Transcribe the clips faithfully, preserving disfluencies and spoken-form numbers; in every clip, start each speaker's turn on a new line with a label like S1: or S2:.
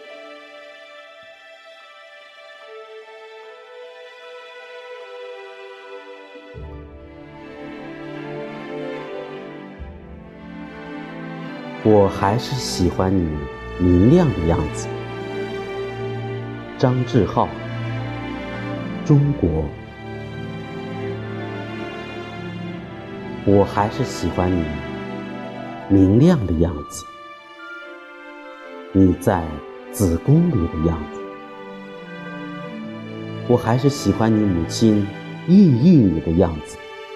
S1: 我还是喜欢你明亮的样子。张志浩，中国。我还是喜欢你明亮的样子，你在子宫里的样子。我还是喜欢你母亲孕育你的样子，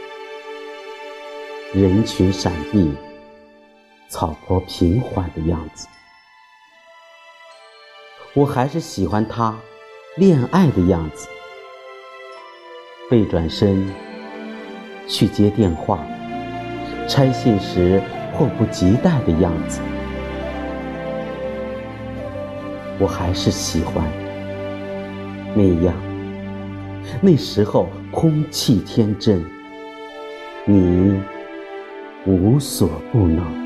S1: 人群闪避，草坡平缓的样子。我还是喜欢他恋爱的样子，背转身去接电话，拆信时迫不及待的样子。我还是喜欢那样，那时候空气天真，你无所不能。